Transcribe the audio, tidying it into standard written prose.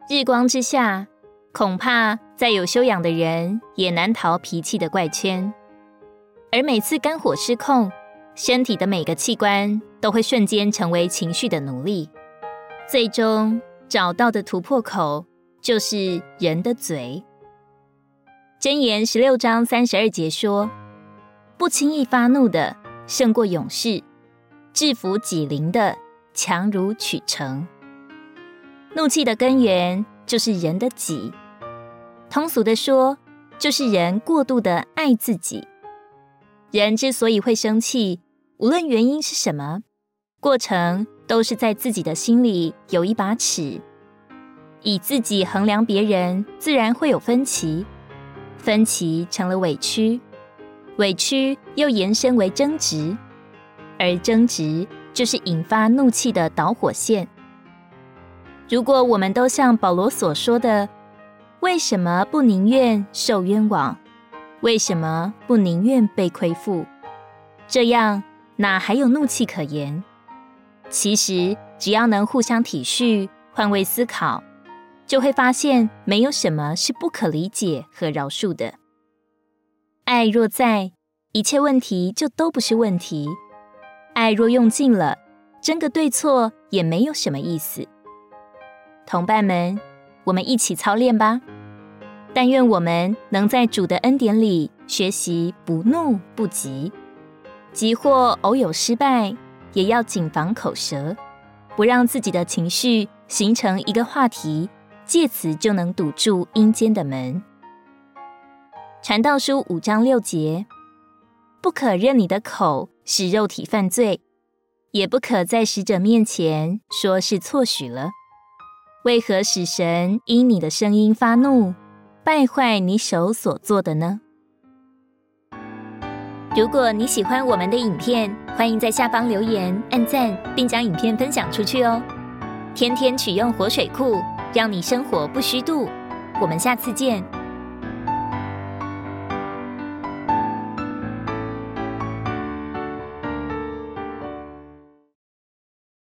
日光之下，恐怕再有修养的人也难逃脾气的怪圈。而每次肝火失控，身体的每个器官都会瞬间成为情绪的奴隶，最终找到的突破口就是人的嘴。箴言16章32节说，不轻易发怒的胜过勇士，制服己灵的强如取城。怒气的根源就是人的己，通俗的说，就是人过度的爱自己。人之所以会生气，无论原因是什么，过程都是在自己的心里有一把尺，以自己衡量别人，自然会有分歧，分歧成了委屈，委屈又延伸为争执，而争执就是引发怒气的导火线。如果我们都像保罗所说的，为什么不宁愿受冤枉？为什么不宁愿被亏负？这样哪还有怒气可言？其实只要能互相体恤，换位思考，就会发现没有什么是不可理解和饶恕的。爱若在，一切问题就都不是问题；爱若用尽了，争个对错也没有什么意思。同伴们，我们一起操练吧。但愿我们能在主的恩典里学习不怒不急，即或偶有失败，也要谨防口舌，不让自己的情绪形成一个话题，借此就能堵住阴间的门。传道书5章6节，不可任你的口使肉体犯罪，也不可在使者面前说是错许了。为何使神因你的声音发怒，败坏你手所做的呢？如果你喜欢我们的影片，欢迎在下方留言、按赞，并将影片分享出去哦。天天取用活水库，让你生活不虚度。我们下次见。